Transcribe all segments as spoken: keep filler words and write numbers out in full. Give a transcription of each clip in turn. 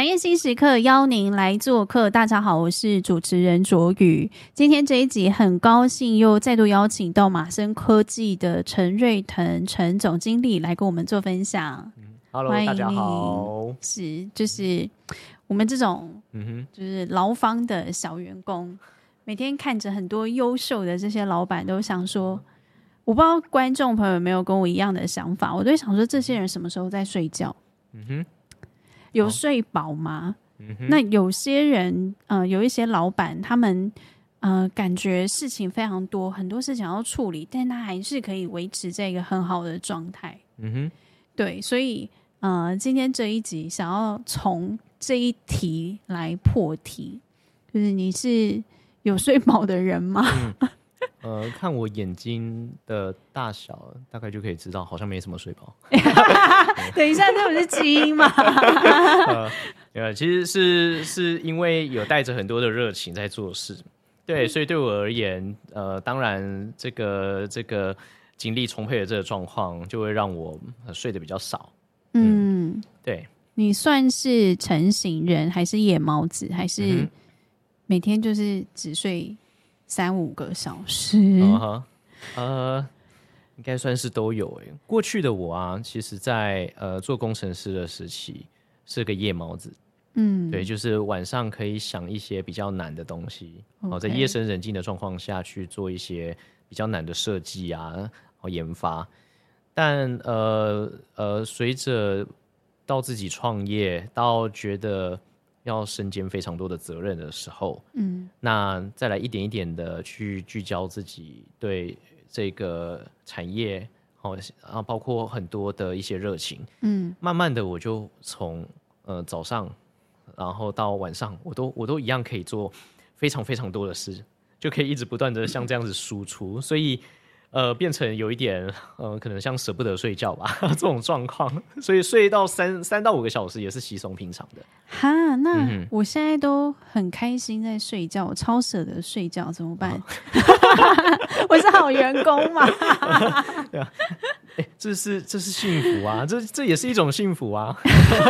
业新时刻邀您来做客，大家好，我是主持人卓宇。今天这一集很高兴又再度邀请到马森科技的陈瑞腾陈总经理来跟我们做分享。 嗯、Hello， 大家好。 是，就是我们这种，嗯哼，就是劳方的小员工，每天看着很多优秀的这些老板，都想说，我不知道观众朋友有没有跟我一样的想法，我都想说，这些人什么时候在睡觉？嗯哼。有睡饱吗？哦嗯、那有些人，呃，有一些老板，他们呃感觉事情非常多，很多事情要处理，但他还是可以维持在一个很好的状态。嗯哼，对，所以呃，今天这一集想要从这一题来破题，就是你是有睡饱的人吗？ 嗯呃，看我眼睛的大小，大概就可以知道，好像没什么睡饱。 等一下，这不是基因吗？ 呃，其实是是因为有带着很多的热情在做事，对，所以对我而言，呃，当然这个这个精力充沛的这个状况，就会让我睡得比较少。嗯，嗯对。 你算是晨型人，还是夜猫子，还是每天就是只睡三五个小时？ uh-huh. 呃，应该算是都有诶。过去的我啊，其实在呃做工程师的时期是个夜猫子，嗯，对，就是晚上可以想一些比较难的东西，哦、okay. 在夜深人静的状况下去做一些比较难的设计啊，和研发。但呃呃，随着到自己创业，到觉得要身兼非常多的责任的时候，嗯，那再来一点一点的去聚焦自己对这个产业，哦，啊，包括很多的一些热情，嗯，慢慢的我就从呃早上，然后到晚上，我都我都一样可以做非常非常多的事，就可以一直不断的像这样子输出，所以呃变成有一点呃可能像舍不得睡觉吧这种状况，所以睡到三三到五个小时也是稀松平常的。 哈，那我现在都很开心在睡觉，我超舍得睡觉，怎么办？哦、我是好员工嘛？ 对啊，欸、这是这是幸福啊，这这也是一种幸福啊。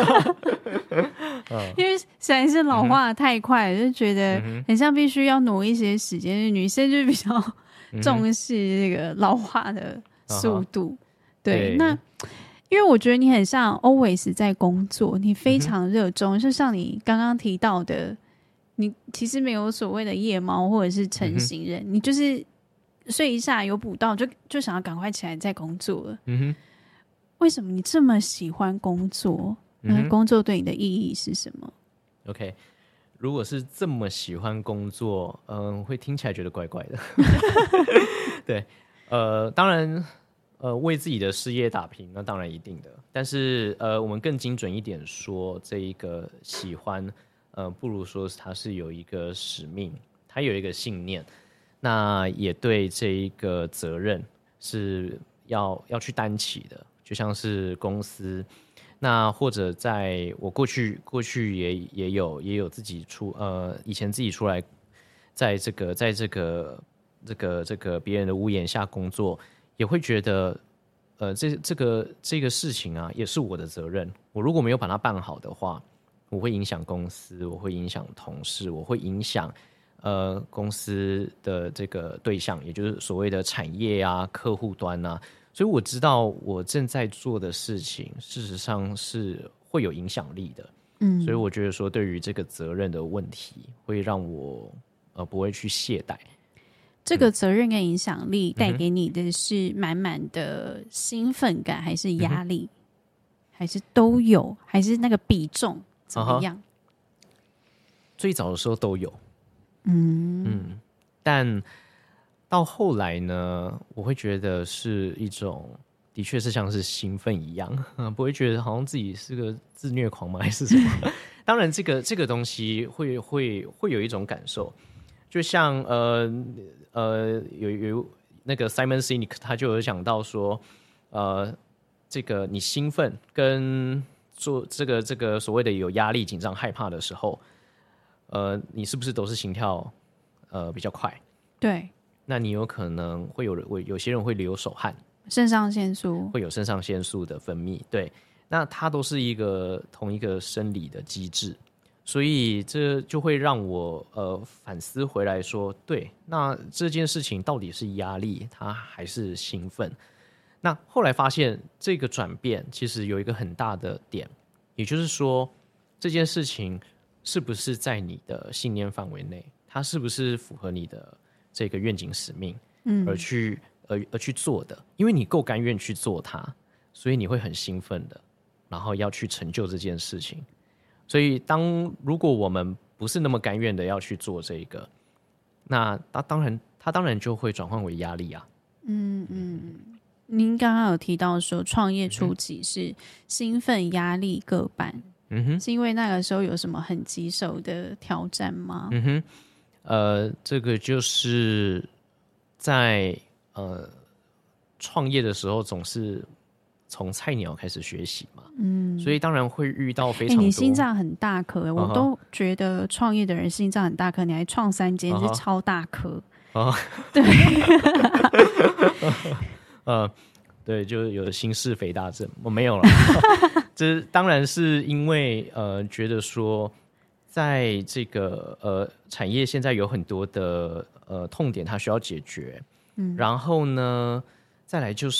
因为实在是老化的太快了，嗯、就觉得很像必须要挪一些时间。女生就比较重视这个老化的速度，嗯、对, 对那。因为我觉得你很像 always 在工作，你非常热衷、嗯、就像你刚刚提到的，你其实没有所谓的夜猫或者是晨型人、嗯、你就是睡一下有补到 就, 就想要赶快起来再工作了、嗯、为什么你这么喜欢工作、嗯、那工作对你的意义是什么？ OK， 如果是这么喜欢工作，嗯，会听起来觉得怪怪的。对，呃，当然呃，为自己的事业打拼，那当然一定的。但是，呃，我们更精准一点说，这一个喜欢，呃，不如说它是有一个使命，它有一个信念，那也对这一个责任是要要去担起的。就像是公司，那或者在我过去过去也也有也有自己出，呃，以前自己出来，在这个在这个这个这个别人的屋檐下工作。也会觉得，呃，这这个这个事情啊，也是我的责任。我如果没有把它办好的话，我会影响公司，我会影响同事，我会影响呃公司的这个对象，也就是所谓的产业啊、客户端啊。所以我知道我正在做的事情，事实上是会有影响力的。嗯，所以我觉得说，对于这个责任的问题，会让我呃不会去懈怠。 这个责任跟影响力带给你的是满满的兴奋感，还是压力、嗯，还是都有，还是那个比重怎么样？ uh-huh. 最早的时候都有，嗯嗯，但到后来呢，我会觉得是一种，的确是像是兴奋一样，不会觉得好像自己是个自虐狂吗？还是什么？当然，这个这个东西会会会有一种感受。就像呃呃有有那个 Simon Sinek 他就有讲到说，呃，这个你兴奋跟做这个这个所谓的有压力、紧张、害怕的时候，呃，你是不是都是心跳呃比较快？ 对， 那你有可能会有有些人会流手汗， 肾上腺素会有肾上腺素的分泌，对，那它都是一个同一个生理的机制。 所以这就会让我呃反思回来说，对，那这件事情到底是压力，它还是兴奋？那后来发现这个转变其实有一个很大的点，也就是说这件事情是不是在你的信念范围内，它是不是符合你的这个愿景使命，嗯，而去而而去做的，因为你够甘愿去做它，所以你会很兴奋的，然后要去成就这件事情。所以当如果我们不是那么甘愿的要去做这个，那它当然它当然就会转换为压力啊。 嗯嗯，您刚刚有提到说创业初期是兴奋压力各半，嗯哼，是因为那个时候有什么很棘手的挑战吗？ 嗯哼，呃，这个就是在呃创业的时候总是从菜鸟开始学习嘛，嗯，所以当然会遇到非常多。 欸、你心脏很大颗、欸， uh-huh. 我都觉得创业的人心脏很大颗，你还创三间是超大颗，啊、uh-huh. ，对， 呃，对，就有心室肥大症，我没有了。这当然是因为呃，觉得说，在这个呃产业现在有很多的呃痛点，它需要解决，嗯，然后呢，再来就是。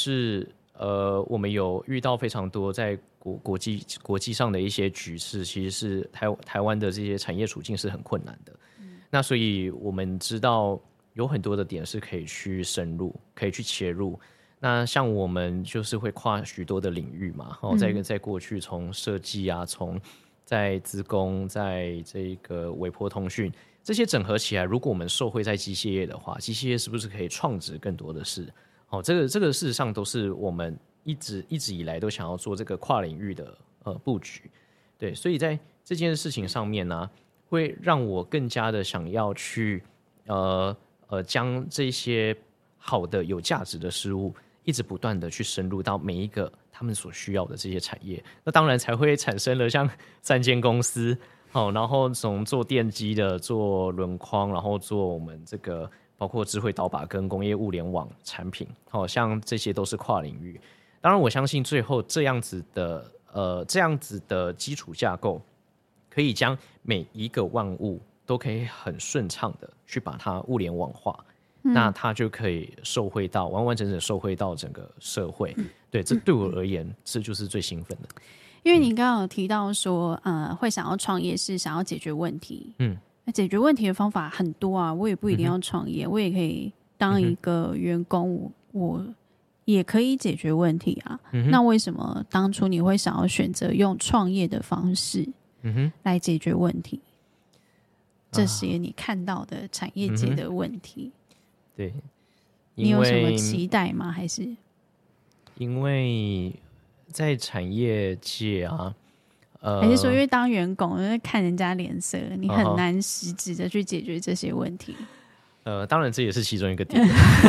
呃，我们有遇到非常多在国国际国际上的一些局势，其实是台台湾的这些产业处境是很困难的。嗯、那所以我们知道有很多的点是可以去深入，可以去切入。那像我们就是会跨许多的领域嘛，哦，在在过去从设计啊，从在资工，在这个微波通讯这些整合起来，如果我们受惠在机械业的话，机械业是不是可以创制更多的事？哦，这个这个事实上都是我们一直一直以来都想要做这个跨领域的呃布局，对，所以在这件事情上面呢、啊，会让我更加的想要去呃呃将这些好的有价值的事物，一直不断的去深入到每一个他们所需要的这些产业，那当然才会产生了像三间公司，好、哦，然后从做电机的、做轮框，然后做我们这个。包括智慧导把跟工业物联网产品，好、哦、像这些都是跨领域。当然，我相信最后这样子的呃这样子的基础架构，可以将每一个万物都可以很顺畅的去把它物联网化，嗯、那它就可以受惠到完完整整受惠到整个社会。嗯、对，这对我而言，嗯、这就是最兴奋的。 因为你刚刚有提到说，呃，会想要创业是想要解决问题，嗯。解决问题的方法很多啊，我也不一定要创业、嗯，我也可以当一个员工，我也可以解决问题啊、嗯。那为什么当初你会想要选择用创业的方式来解决问题？嗯、这些你看到的产业界的问题，嗯、 对， 你有什么期待吗？还是因为在产业界啊？呃、 还是说，因为当员工，因为看人家脸色，你很难实质的去解决这些问题。 呃，当然这也是其中一个点。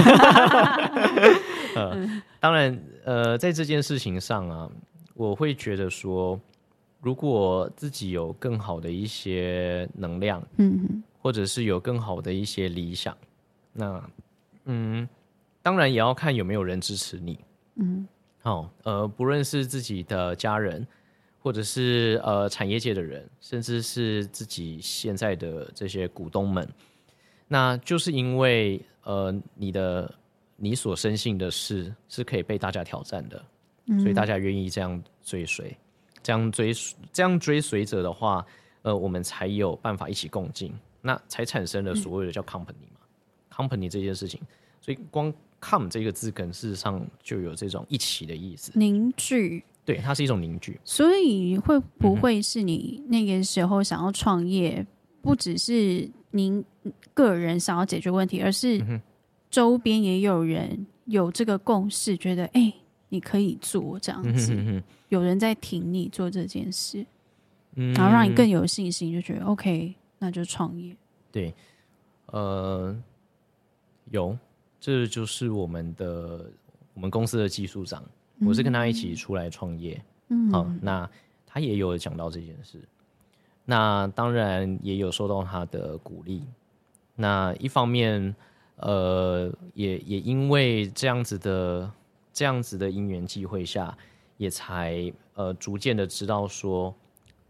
呃，当然，呃，在这件事情上啊，我会觉得说，如果自己有更好的一些能量，嗯，或者是有更好的一些理想，那，嗯，当然也要看有没有人支持你。嗯，好、哦，呃，不论是自己的家人。或者是呃产业界的人，甚至是自己现在的这些股东们，那就是因为呃你的你所深信的事是可以被大家挑战的，嗯、所以大家愿意这样追随，这样追这样追随者的话，呃我们才有办法一起共进，那才产生了所谓的叫 company 嘛、嗯、，company 这件事情，所以光 com 这个字根事实上就有这种一起的意思， 凝聚。对， 它是一种凝聚， 所以会不会是你那个时候想要创业，嗯、不只是您个人想要解决问题，而是周边也有人有这个共识，觉得哎、欸，你可以做这样子，嗯、哼哼有人在挺你做这件事，嗯、然后让你更有信心，就觉得 OK， 那就创业。 对，呃，有，这就是我们的我们公司的技术长。我是跟他一起出来创业，嗯，好、啊，那他也有讲到这件事，那当然也有受到他的鼓励。那一方面，呃，也也因为这样子的这样子的因缘际会下，也才呃逐渐的知道说，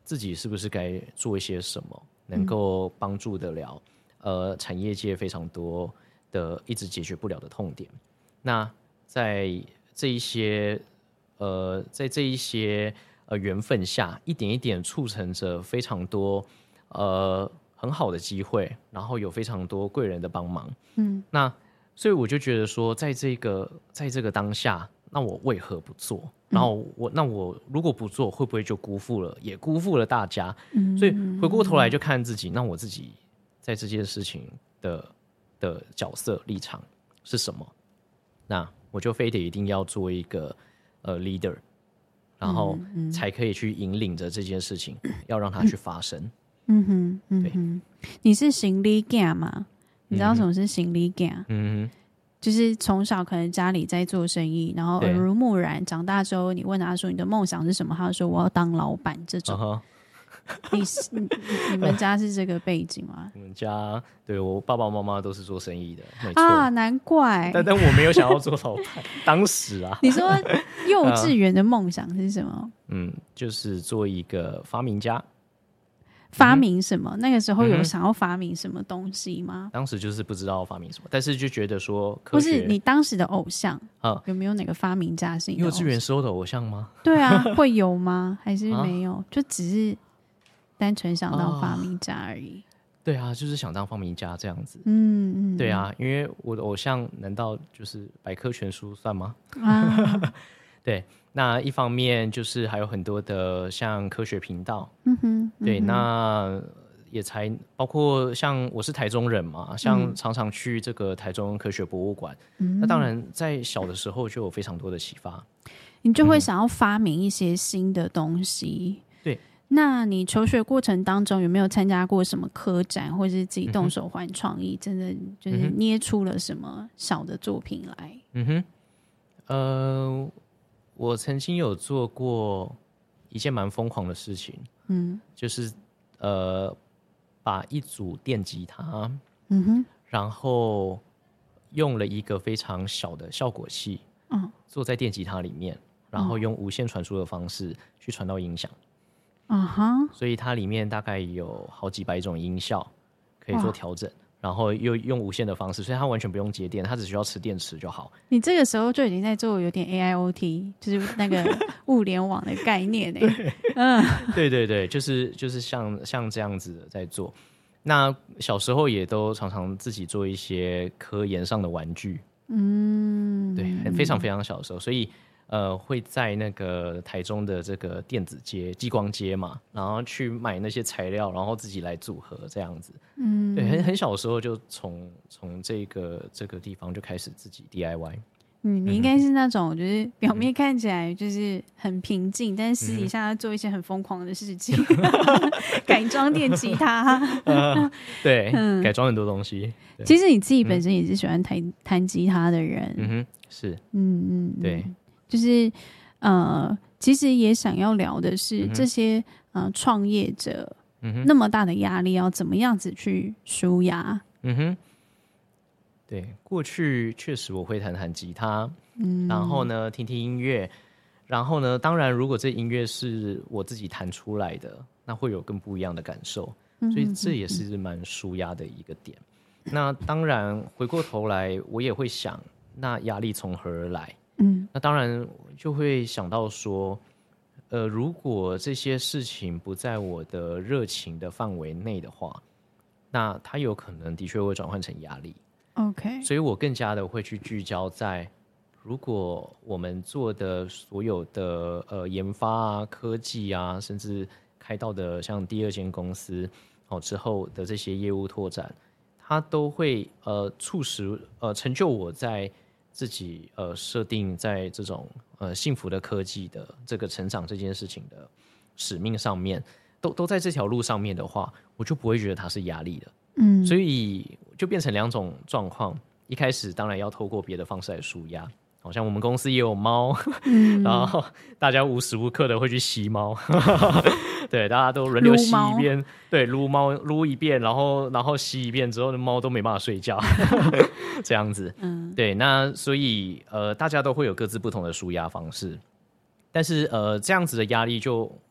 自己是不是该做一些什么，能够帮助得了、嗯、呃产业界非常多的一直解决不了的痛点。那在这一些呃，在这一些呃缘分下，一点一点促成着非常多呃很好的机会，然后有非常多贵人的帮忙。嗯，那所以我就觉得说，在这个在这个当下，那我为何不做？然后我那我如果不做，会不会就辜负了，也辜负了大家？嗯，所以回过头来就看自己，那我自己在这件事情的的角色立场是什么？那我就非得一定要做一个呃 leader， 然后才可以去引领着这件事情，嗯、要让它去发生。 嗯哼，嗯哼，你是行李囝吗？你知道什么是行李囝？嗯哼。就是从小可能家里在做生意，然后耳濡目染，长大之后你问他说你的梦想是什么，他说我要当老板这种。Uh-huh. 你是 你, 你们家是这个背景吗？ 我们家对我爸爸妈妈都是做生意的，没错啊，难怪。 但但我没有想要做老板，当时啊。 你说幼稚园的梦想是什么？ 嗯，就是做一个发明家。 发明什么？那个时候有想要发明什么东西吗？ 当时就是不知道发明什么，但是就觉得说科学。 不是你当时的偶像啊？有没有哪个发明家是你的幼稚园时候的偶像吗？ 对啊，会有吗？还是没有？啊、就只是单纯想当发明家而已。 啊对啊，就是想当发明家这样子。嗯嗯，对啊，因为我的偶像难道就是百科全书算吗？啊，对。那一方面就是还有很多的像科学频道，嗯哼，对，嗯哼，那也才包括像我是台中人嘛，像常常去这个台中科学博物馆，嗯，那当然在小的时候就有非常多的启发， 你就会想要发明一些新的东西。嗯、 对， 那你求学过程当中有没有参加过什么科展，或者是自己动手玩创意，嗯、真的就是捏出了什么小的作品来？ 嗯哼，呃。我曾经有做过一件蛮疯狂的事情，嗯，就是呃，把一组电吉他，嗯哼，然后用了一个非常小的效果器，嗯，坐在电吉他里面，然后用无线传输的方式去传到音响，啊哈，所以它里面大概有好几百种音效可以做调整。然后又用无线的方式，所以它完全不用接电，它只需要吃电池就好。 你这个时候就已经在做有点 A I O T， 就是那个物联网的概念哎、欸。 对，嗯，对对对，就是就是像像这样子的在做。那小时候也都常常自己做一些科研上的玩具，嗯，对，非常非常小的时候，所以呃会在那个台中的这个电子街、激光街嘛，然后去买那些材料，然后自己来组合这样子。嗯，对，很很小的时候就从从这个这个地方就开始自己 D I Y。 嗯，你应该是那种就是表面看起来就是很平静，嗯、但是私底下做一些很疯狂的事情，嗯、改装电吉他， 呃、对、嗯，改装很多东西。 其实你自己本身也是喜欢弹弹吉他的人， 嗯哼，是， 嗯嗯， 对， 就是呃，其实也想要聊的是、嗯、这些呃创业者。嗯、那么大的压力要怎么样子去抒压？嗯哼， 对，过去确实我会弹弹吉他，嗯，然后呢听听音乐，然后呢，当然如果这音乐是我自己弹出来的，那会有更不一样的感受，所以这也是蛮抒压的一个点。嗯、那当然回过头来，我也会想，那压力从何而来？嗯，那当然就会想到说。呃，如果这些事情不在我的热情的范围内的话，那它有可能的确会转换成压力。 OK， 所以我更加的会去聚焦在，如果我们做的所有的呃研发啊、科技啊，甚至开到的像第二间公司哦之后的这些业务拓展，它都会呃促使呃成就我在自己呃设定在这种。呃，幸福的科技的这个成长这件事情的使命上面，都都在这条路上面的话，我就不会觉得它是压力的。嗯，所以就变成两种状况。一开始当然要透过别的方式来抒压，好像我们公司也有猫，嗯、然后大家无时无刻的会去吸猫，对，大家都轮流吸一遍，对，撸猫撸一遍，然后然后吸一遍之后，猫都没办法睡觉。这样子，嗯，对，那所以呃，大家都会有各自不同的抒压方式，但是呃，这样子的压力就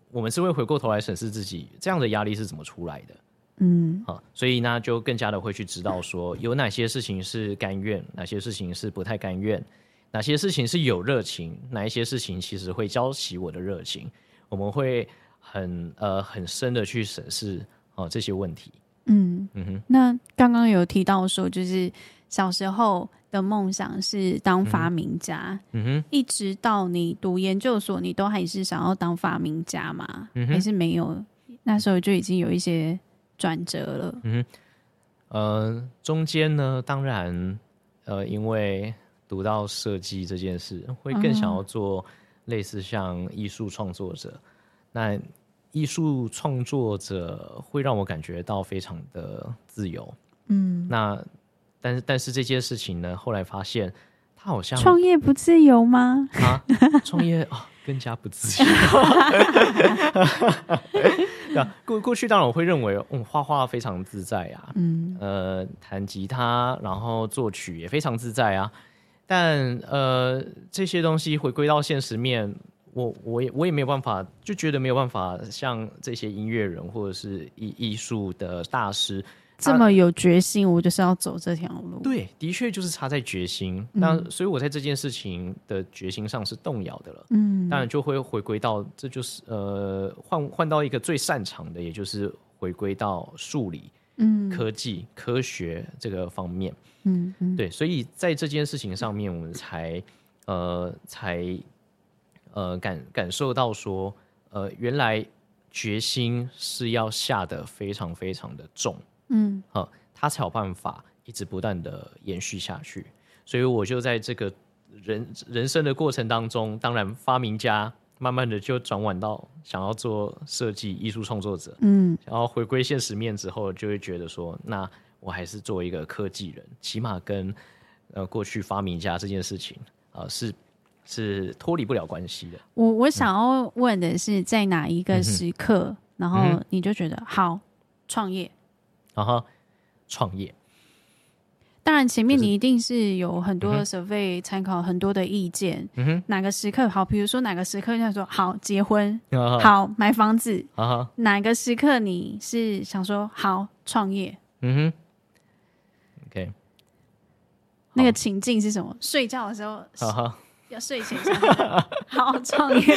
我们是会回过头来审视自己这样的压力是怎么出来的。 嗯， 好，所以呢就更加的会去知道说有哪些事情是甘愿，哪些事情是不太甘愿，哪些事情是有热情，哪一些事情其实会浇熄我的热情，我们会很呃很深的去审视哦这些问题。 嗯嗯哼，那刚刚有提到说，就是小时候的梦想是当发明家，嗯哼，一直到你读研究所，你都还是想要当发明家吗？嗯哼，还是没有？那时候就已经有一些转折了。嗯哼， 呃，中间呢，当然，呃，因为读到设计这件事，会更想要做类似像艺术创作者。嗯、那艺术创作者会让我感觉到非常的自由。嗯，那但是但是这件事情呢，后来发现他好像创业不自由吗？ 啊，创业啊、哦，更加不自由。过过去当然我会认为，嗯，画画非常自在啊，嗯，呃，弹吉他，然后作曲也非常自在啊。但呃，这些东西回归到现实面，我我也我也没有办法，就觉得没有办法像这些音乐人或者是艺艺术的大师这么有决心，我就是要走这条路。 对，的确就是差在决心。嗯、那所以我在这件事情的决心上是动摇的了。嗯，当然就会回归到，这就是呃换换到一个最擅长的，也就是回归到数理、嗯、科技、科学这个方面。嗯嗯，对，所以在这件事情上面，我们才呃才呃感感受到说，呃，原来决心是要下得非常非常的重。嗯，好，他才有办法一直不断的延续下去。所以我就在这个人人生的过程当中，当然发明家慢慢的就转弯到想要做设计艺术创作者。嗯，然后回归现实面之后，就会觉得说，那我还是作为一个科技人，起码跟呃过去发明家这件事情啊、呃、是是脱离不了关系的。 我我想要问的是，在哪一个时刻，嗯、然后你就觉得、嗯、好创业？ 然后创业， 当然前面你一定是有很多的 survey 参考很多的意见。嗯哼，哪个时刻好？比如说哪个时刻要说好结婚，啊、好买房子，啊、哪个时刻你是想说好创业？嗯哼 ，OK， 那个情境是什么？睡觉的时候，要睡前想好好创业，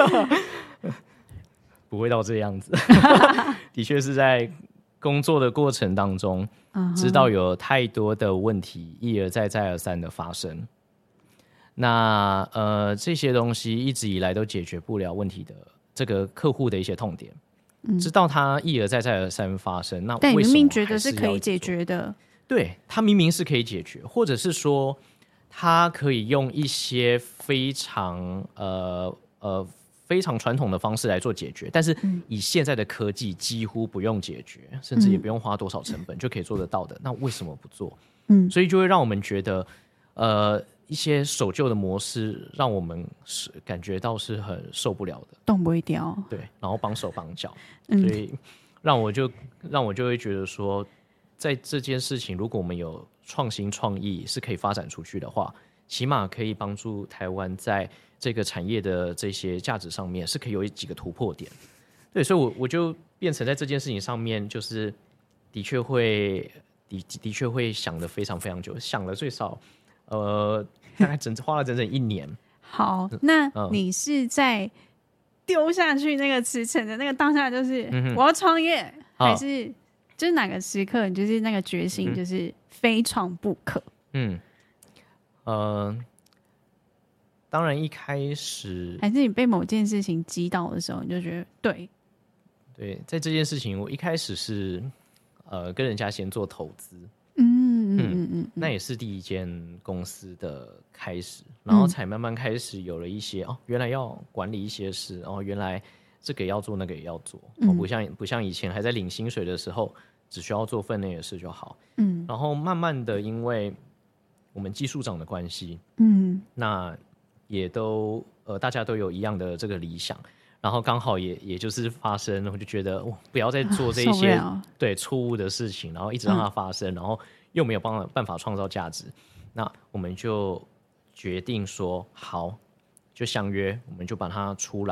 不会到这样子，的确是在工作的过程当中， uh-huh. 知道有太多的问题一而再再而三的发生，那呃这些东西一直以来都解决不了问题的这个客户的一些痛点，嗯、知道它一而再再而三发生，那为什么还是要做？但你明明觉得是可以解决的， 对，它明明是可以解决，或者是说它可以用一些非常呃呃。非常传统的方式来做解决，但是以现在的科技几乎不用解决，嗯、甚至也不用花多少成本就可以做得到的，那为什么不做？嗯，所以就会让我们觉得，呃，一些守旧的模式让我们是感觉到是很受不了的， 动不掉。 对，然后绑手绑脚，嗯、所以让我就让我就会觉得说，在这件事情，如果我们有创新创意是可以发展出去的话，起码可以帮助台湾在这个产业的这些价值上面是可以有几个突破点。对，所以我我就变成在这件事情上面，就是的确会的的确会想得非常非常久，想了最少呃大概整花了整整一年。 好，那你是在丢下去那个辞呈的那个当下，就是、嗯、我要创业，还是就是哪个时刻，你就是那个决心，就是非创不可？嗯， 呃。当然，一开始还是你被某件事情击倒的时候，你就觉得对， 对，在这件事情，我一开始是呃跟人家先做投资， 嗯嗯嗯嗯， 那也是第一间公司的开始，然后才慢慢开始有了一些、嗯、哦，原来要管理一些事，哦，原来这个也要做，那个也要做，嗯、哦，不像不像以前还在领薪水的时候，只需要做分内的事就好，嗯，然后慢慢的，因为我们技术长的关系，嗯，那也都呃，大家都有一样的这个理想，然后刚好也也就是发生，我就觉得哇，不要再做这一些、啊、对错误的事情，然后一直让它发生，嗯、然后又没有办法办法创造价值，那我们就决定说好，就相约，我们就把它出来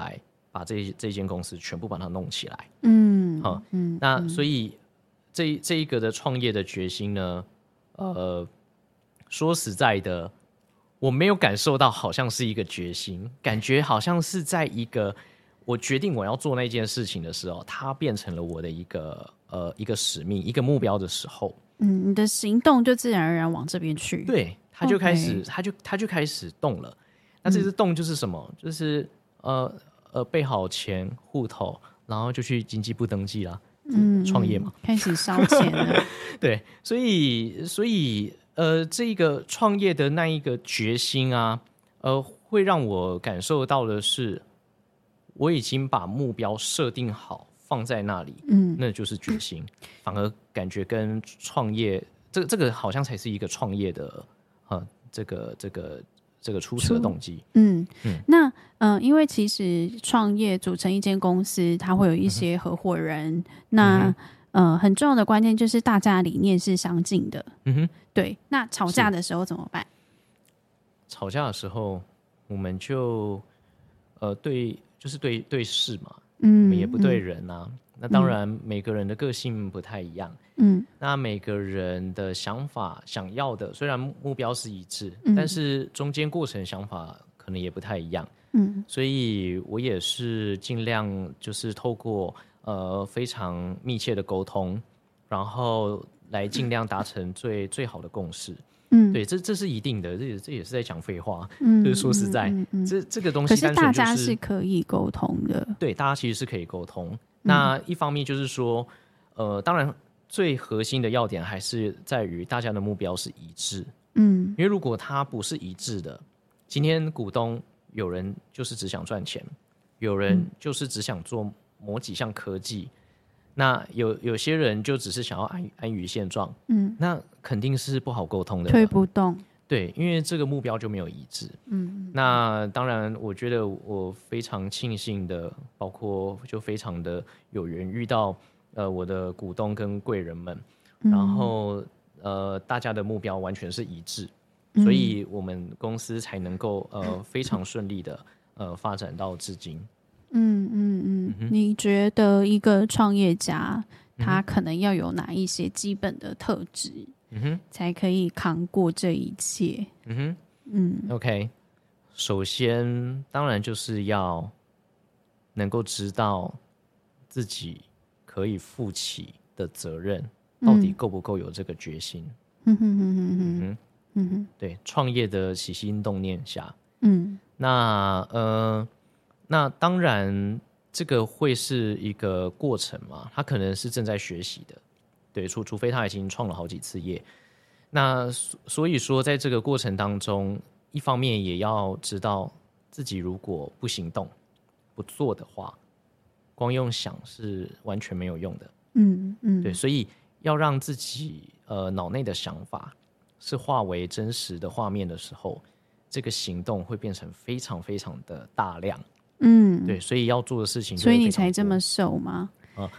把这这间公司全部把它弄起来。 嗯， 好、 嗯， 那所以这这一个的创业的决心呢，呃，说实在的，我没有感受到好像是一个决心，感觉好像是在一个我决定我要做那件事情的时候，它变成了我的一个呃一个使命、一个目标的时候， 嗯，你的行动就自然而然往这边去。 对，他就开始， Okay. 他就他就开始动了。那这次动就是什么？嗯、就是呃呃备好钱、户头，然后就去经济部登记啦。嗯，创业嘛， 开始烧钱了。 对，所以所以呃，这个创业的那一个决心啊，呃，会让我感受到的是，我已经把目标设定好放在那里，嗯，那就是决心。反而感觉跟创业，这个这个好像才是一个创业的呃，这个这个这个初始的动机。嗯嗯，那嗯、呃，因为其实创业组成一间公司，它会有一些合伙人，嗯、那、嗯、呃很重要的关键就是大家理念是相近的。嗯哼，对。那吵架的时候怎么办？ 吵架的时候，我们就呃对，就是对对事嘛，嗯，我们也不对人啊。嗯、那当然，每个人的个性不太一样，嗯，那每个人的想法、想要的，虽然目标是一致，嗯、但是中间过程想法可能也不太一样，嗯，所以我也是尽量就是透过呃非常密切的沟通，然后来尽量达成最最好的共识。嗯，对，这这是一定的，这也这也是在讲废话。嗯，就是说实在，嗯嗯嗯、这这个东西、就是， 可是大家是可以沟通的。 对，大家其实是可以沟通。嗯、那一方面就是说，呃，当然最核心的要点还是在于大家的目标是一致。嗯，因为如果它不是一致的，今天股东有人就是只想赚钱，有人就是只想做某几项科技。那有有些人就只是想要安安于现状，嗯，那肯定是不好沟通的， 推不动。 对，因为这个目标就没有一致。嗯，那当然，我觉得我非常庆幸的，包括就非常的有缘遇到呃我的股东跟贵人们，嗯、然后呃大家的目标完全是一致，嗯、所以我们公司才能够呃非常顺利的呃发展到至今。 嗯嗯嗯，你觉得一个创业家他可能要有哪一些基本的特质，嗯哼，才可以扛过这一切？嗯哼， 嗯 ，OK， 首先当然就是要能够知道自己可以负起的责任到底够不够有这个决心。嗯哼哼哼哼，嗯哼，对，创业的起心动念下，嗯，那呃。那当然，这个会是一个过程嘛，他可能是正在学习的，对，除除非他已经创了好几次业。那所以说，在这个过程当中，一方面也要知道自己如果不行动、不做的话，光用想是完全没有用的。嗯嗯，对，所以要让自己呃脑内的想法是化为真实的画面的时候，这个行动会变成非常非常的大量。嗯，对，所以要做的事情就， 所以你才这么瘦吗？啊，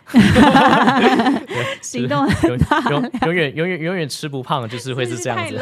行动很大永永远永远永远吃不胖，就是会是这样子。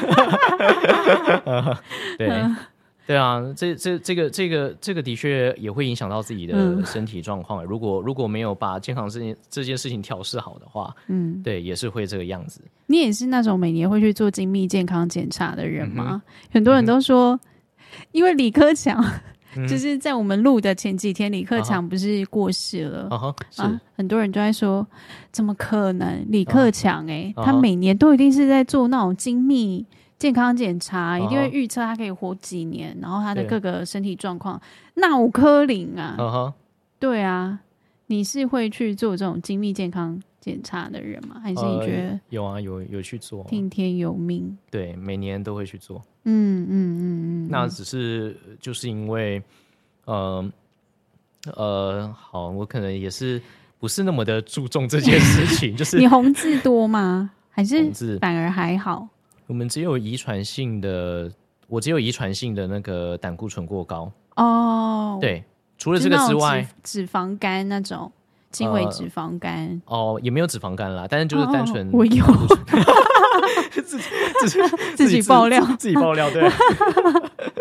对对啊，这这这个这个这个的确也会影响到自己的身体状况。嗯、如果如果没有把健康这件这件事情调试好的话，嗯，对，也是会这个样子。 你也是那种每年会去做精密健康检查的人吗？嗯、很多人都说，嗯、因为李克强。就是在我们录的前几天，李克强不是过世了、uh-huh, 是啊，很多人都在说，怎么可能？李克强哎、欸，uh-huh. 他每年都一定是在做那种精密健康检查， uh-huh. 一定会预测他可以活几年，然后他的各个身体状况，那有可能啊， uh-huh. 对啊，你是会去做这种精密健康检查的人吗？还是你觉得、呃、 有啊，有有去做， 听天由命？ 对，每年都会去做。嗯嗯嗯嗯，那只是就是因为，呃呃，好，我可能也是不是那么的注重这件事情，就是你红字多吗？还是反而还好？ 我们只有遗传性的，我只有遗传性的那个胆固醇过高哦。 对，除了这个之外， 脂, 脂肪肝那种轻微脂肪肝、 呃、哦，也没有脂肪肝啦，但是就是单纯、 哦、我有。自己自己自己爆料， 自己爆料，对。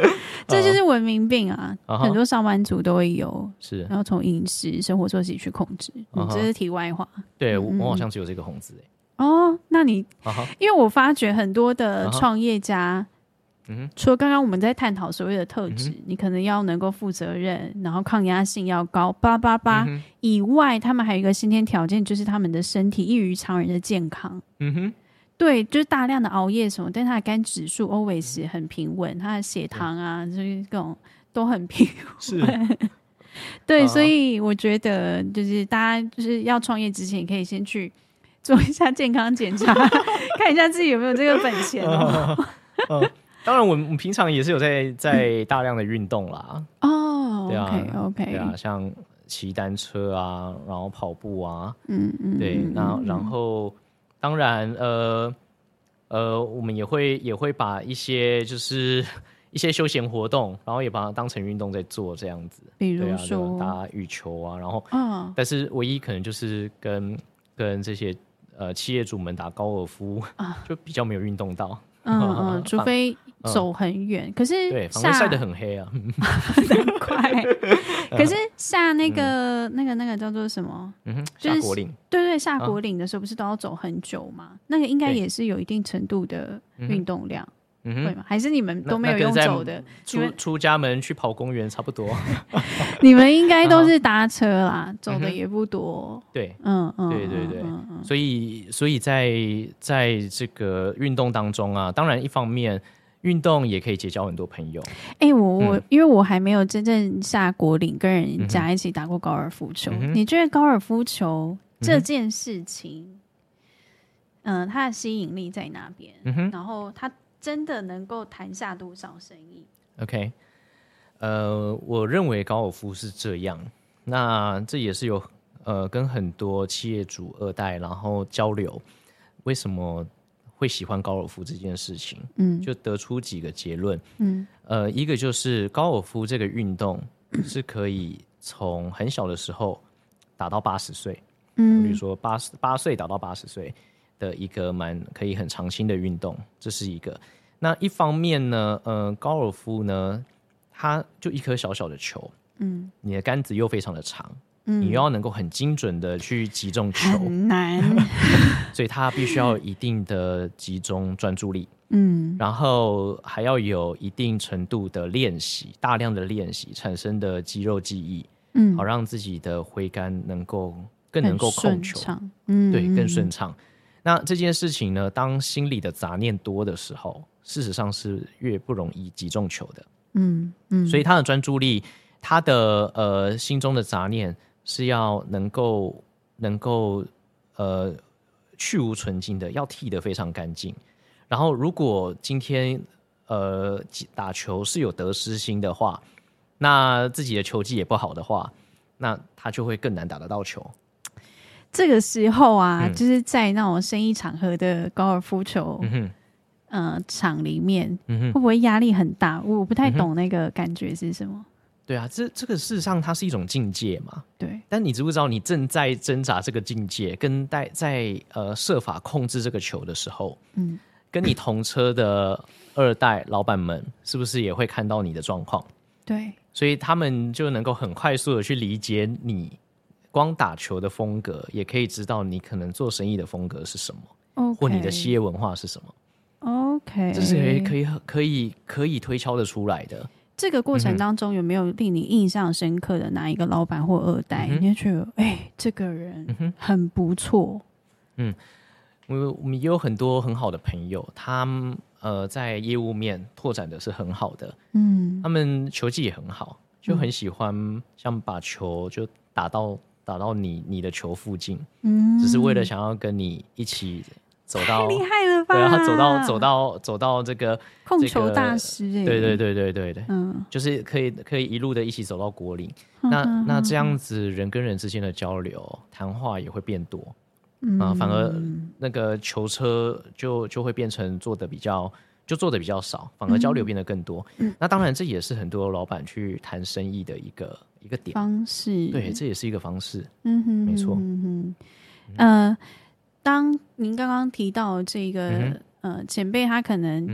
这就是文明病啊， 嗯、 很多上班族都会有， 是， 然后从饮食、生活作息去控制。嗯，这是题外话。 对， 嗯、 我我好像只有这个红字哎。 哦，那你， 嗯、 因为我发觉很多的创业家。嗯、除了刚刚我们在探讨所谓的特质、嗯，你可能要能够负责任，然后抗压性要高，巴巴巴、嗯、以外，他们还有一个先天条件，就是他们的身体异于常人的健康。嗯哼，对，就是大量的熬夜什么，但他的肝指数 always 很平稳，他的血糖啊，就是各种都很平稳。是，对、啊，所以我觉得就是大家就是要创业之前，可以先去做一下健康检查，看一下自己有没有这个本钱哦。 嗯当然我，我们平常也是有在在大量的运动啦。 哦， 对啊 ，OK OK， 对啊，像骑单车啊，然后跑步啊，嗯嗯，对，那然后当然，呃呃，我们也会也会把一些就是一些休闲活动，然后也把它当成运动在做这样子。 比如说、 啊、打羽球啊，然后，嗯，但是唯一可能就是跟跟这些呃企业主们打高尔夫，啊、就比较没有运动到。 嗯嗯，除非走很远、嗯，可是对，反正晒得很黑啊， 难怪。可是下那个、嗯、那个那个叫做什么？嗯哼， 就是、下果岭。 对对，下果岭的时候不是都要走很久吗？啊、那个应该也是有一定程度的运动量。嗯、会吗？还是你们都没有用走的？ 出出家门去跑公园差不多。 你们应该都是搭车啦，嗯、走的也不多。 对，嗯嗯，对对对，嗯嗯、所以所以在在这个运动当中啊，当然一方面运动也可以结交很多朋友。 哎、欸，我我、嗯、因为我还没有真正下果岭跟人家一起打过高尔夫球。嗯、你觉得高尔夫球这件事情，嗯、呃，它的吸引力在哪边？嗯、然后它。真的能够谈下多少生意 ？OK， 呃，我认为高尔夫是这样。那这也是有呃跟很多企业主二代然后交流，为什么会喜欢高尔夫这件事情？嗯，就得出几个结论。嗯，呃，一个就是高尔夫这个运动是可以从很小的时候打到八十岁，嗯，比如说八十八岁打到八十岁。的一个蛮可以很长青的运动，这是一个。那一方面呢，呃，高尔夫呢，它就一颗小小的球，嗯，你的杆子又非常的长，嗯，你又要能够很精准的去击中球， 很难， 所以它必须要有一定的集中专注力，嗯，然后还要有一定程度的练习，大量的练习产生的肌肉记忆，嗯，好让自己的挥杆能够更能够控球，嗯，对，更顺畅。那这件事情呢，当心里的杂念多的时候，事实上是越不容易击中球的。嗯嗯，所以他的专注力，他的呃心中的杂念是要能够能够呃去无存菁的，要剃得非常干净。然后，如果今天呃打球是有得失心的话，那自己的球技也不好的话，那他就会更难打得到球。 这个时候啊、嗯，就是在那种生意场合的高尔夫球，嗯呃、场里面、嗯，会不会压力很大？我不太懂那个感觉是什么。嗯、 对啊，这这个事实上它是一种境界嘛。 对。 但你知不知道，你正在挣扎这个境界，跟在在呃设法控制这个球的时候，嗯，跟你同车的二代老板们，是不是也会看到你的状况？ 对。 所以他们就能够很快速的去理解你。光打球的风格，也可以知道你可能做生意的风格是什么， okay. 或你的企业文化是什么。OK， 这是可以可以可以可以推敲得出来的。 这个过程当中有没有令你印象深刻的哪一个老板或二代？嗯、你就觉得，哎、欸，这个人很不错。 嗯，我我们也有很多很好的朋友，他们呃在业务面拓展的是很好的。嗯，他们球技也很好，就很喜欢像把球就打到。打到你你的球附近，嗯，只是为了想要跟你一起走到， 太厉害了吧？ 对，他走到走到走到这个控球大师、欸， 对对对对对对，嗯，就是可以可以一路的一起走到果岭。那那这样子人跟人之间的交流谈话也会变多，嗯、啊，反而那个球车就就会变成做的比较就做的比较少，反而交流变得更多。嗯、那当然这也是很多老板去谈生意的一个。一个点方式， 对，这也是一个方式。嗯哼，没错。嗯哼，呃，当您刚刚提到这个、嗯、呃前辈，他可能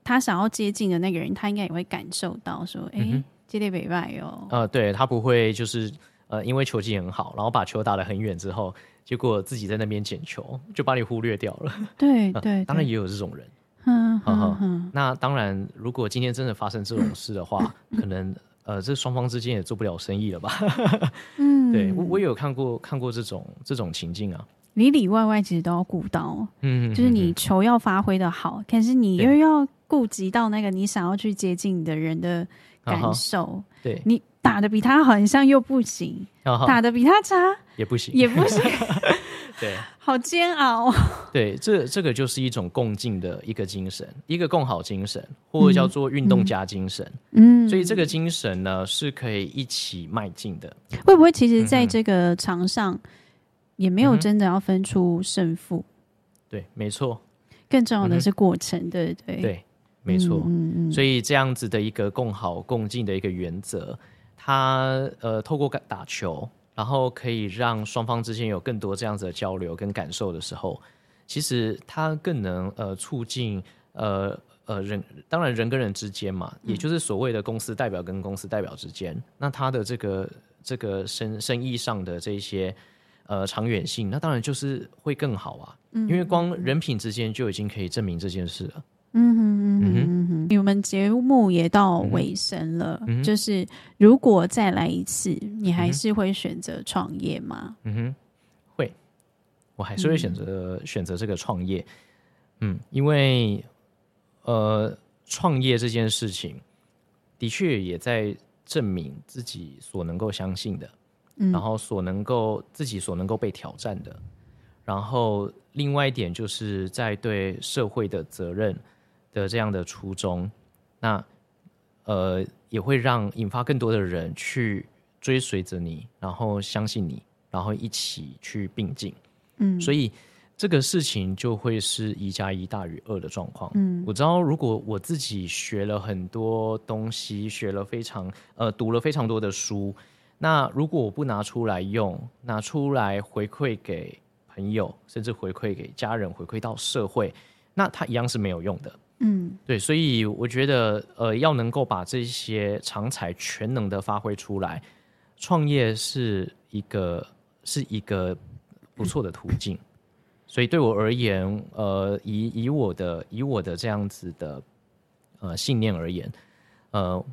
他想要接近的那个人，他应该也会感受到说，哎、欸，这类北拜哦， 呃，对他不会就是呃，因为球技很好，然后把球打得很远之后，结果自己在那边捡球，就把你忽略掉了。 对 对, 对、呃， 当然也有这种人。 嗯呵呵嗯，那当然，如果今天真的发生这种事的话，可能呃，这双方之间也做不了生意了吧？嗯，对我我也有看过看过这种这种情境啊， 里里外外其实都要顾到， 嗯， 就是你球要发挥的好，可是你又要顾及到那个你想要去接近的人的感受， 对， 你打得比他好像又不行，打得比他差也不行， 也不行。 对， 好煎熬。 对，这这个就是一种共进的一个精神，一个共好精神，或者叫做运动家精神。嗯，所以这个精神呢是可以一起迈进的。 会不会其实在这个场上也没有真的要分出胜负？嗯、 对，没错。 更重要的是过程，嗯、对不对？ 对，没错。 嗯嗯。 所以这样子的一个共好共进的一个原则，它呃透过打球。然后可以让双方之间有更多这样子的交流跟感受的时候，其实它更能呃促进呃呃人，当然人跟人之间嘛，也就是所谓的公司代表跟公司代表之间，嗯、那它的这个这个生生意上的这些呃长远性，那当然就是会更好啊，嗯、因为光人品之间就已经可以证明这件事了。 嗯哼嗯哼嗯哼，我们节目也到尾声了，嗯、就是如果再来一次，你还是会选择创业吗？ 嗯哼，会，我还是会选择、嗯、选择这个创业。嗯，因为呃，创业这件事情的确也在证明自己所能够相信的，嗯、然后所能够自己所能够被挑战的，然后另外一点就是在对社会的责任的这样的初衷，那呃也会让引发更多的人去追随着你，然后相信你，然后一起去并进。嗯，所以这个事情就会是一加一大于二的状况。嗯，我知道如果我自己学了很多东西，学了非常呃读了非常多的书，那如果我不拿出来用，拿出来回馈给朋友，甚至回馈给家人，回馈到社会，那它一样是没有用的。嗯，对，所以我觉得，呃，要能够把这些长才全能的发挥出来，创业是一个是一个不错的途径。所以对我而言，呃，以以我的以我的这样子的呃信念而言，呃，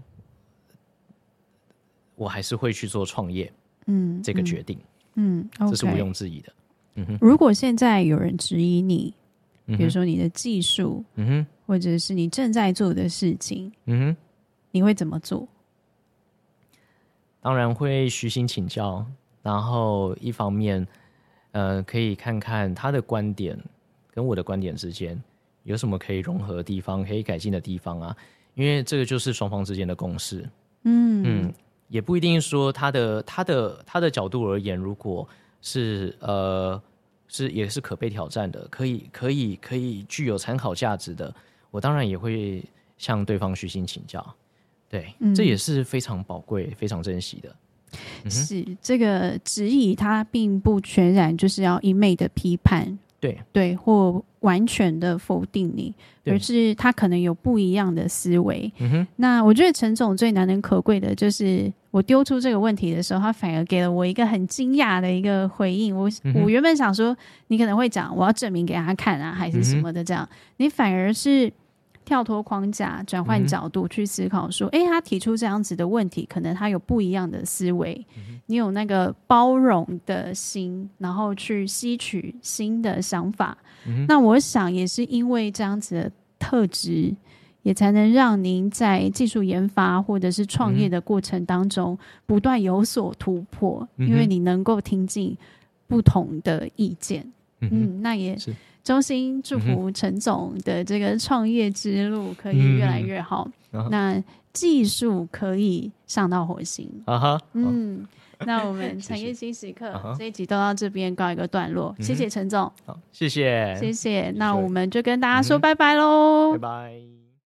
我还是会去做创业，嗯，这个决定，嗯，嗯 okay、这是毋庸置疑的。嗯哼， 如果现在有人质疑你，比如说你的技术，嗯哼，或者是你正在做的事情，嗯哼，你会怎么做？ 当然会虚心请教，然后一方面，呃，可以看看他的观点跟我的观点之间有什么可以融合的地方，可以改进的地方啊。因为这个就是双方之间的共识。嗯嗯，也不一定说他的他的他的角度而言，如果是呃。是也是可被挑战的，可以可以可以具有参考价值的，我当然也会向对方虚心请教，对，嗯、这也是非常宝贵、非常珍惜的。 嗯、是这个质疑，它并不全然就是要一昧的批判， 对对，或完全的否定你，而是他可能有不一样的思维。嗯哼，那我觉得陈总最难能可贵的就是。我丢出这个问题的时候，他反而给了我一个很惊讶的一个回应。我、嗯、我原本想说，你可能会讲我要证明给他看啊，还是什么的这样。嗯、你反而是跳脱框架，转换角度去思考，说，哎、嗯，他提出这样子的问题，可能他有不一样的思维。嗯、你有那个包容的心，然后去吸取新的想法。嗯、那我想也是因为这样子的特质。也才能让您在技术研发或者是创业的过程当中不断有所突破，嗯、因为你能够听进不同的意见。嗯, 嗯，那也衷心祝福陈总的这个创业之路可以越来越好，嗯、那技术可以上到火星。啊哈，嗯，那我们产业新时刻这一集都到这边告一个段落，谢谢陈总。 好，谢谢， 谢谢。那我们就跟大家说拜拜喽， 拜拜。